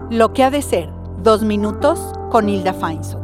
Lo que ha de ser, 2 minutos con Hilda Feinsod.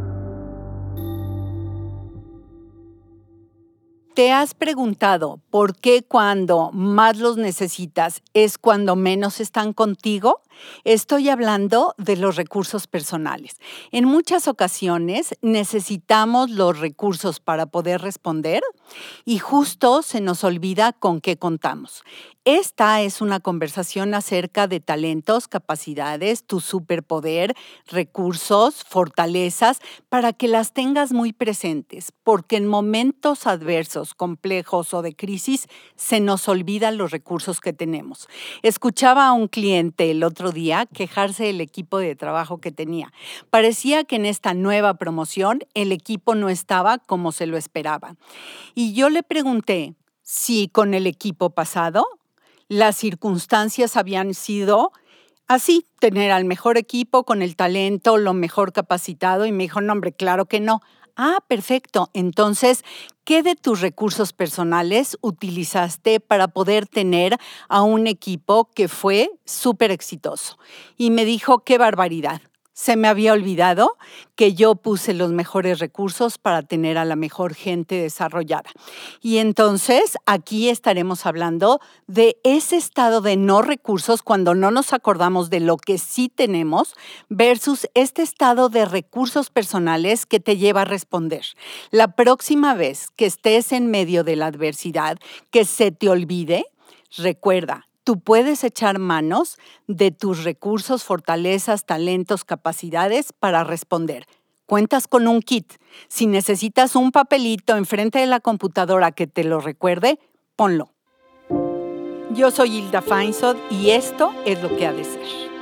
¿Te has preguntado por qué cuando más los necesitas es cuando menos están contigo? Estoy hablando de los recursos personales. En muchas ocasiones necesitamos los recursos para poder responder y justo se nos olvida con qué contamos. Esta es una conversación acerca de talentos, capacidades, tu superpoder, recursos, fortalezas, para que las tengas muy presentes, porque en momentos adversos, complejos o de crisis se nos olvidan los recursos que tenemos. Escuchaba a un cliente el otro día quejarse del equipo de trabajo que tenía. Parecía que en esta nueva promoción el equipo no estaba como se lo esperaba. Y yo le pregunté si con el equipo pasado las circunstancias habían sido así, tener al mejor equipo con el talento, lo mejor capacitado, y me dijo, no, hombre, claro que no. Ah, perfecto. Entonces, ¿qué de tus recursos personales utilizaste para poder tener a un equipo que fue súper exitoso? Y me dijo, qué barbaridad. Se me había olvidado que yo puse los mejores recursos para tener a la mejor gente desarrollada. Y entonces aquí estaremos hablando de ese estado de no recursos cuando no nos acordamos de lo que sí tenemos versus este estado de recursos personales que te lleva a responder. La próxima vez que estés en medio de la adversidad, que se te olvide, recuerda, tú puedes echar manos de tus recursos, fortalezas, talentos, capacidades para responder. Cuentas con un kit. Si necesitas un papelito enfrente de la computadora que te lo recuerde, ponlo. Yo soy Hilda Feinsod y esto es lo que ha de ser.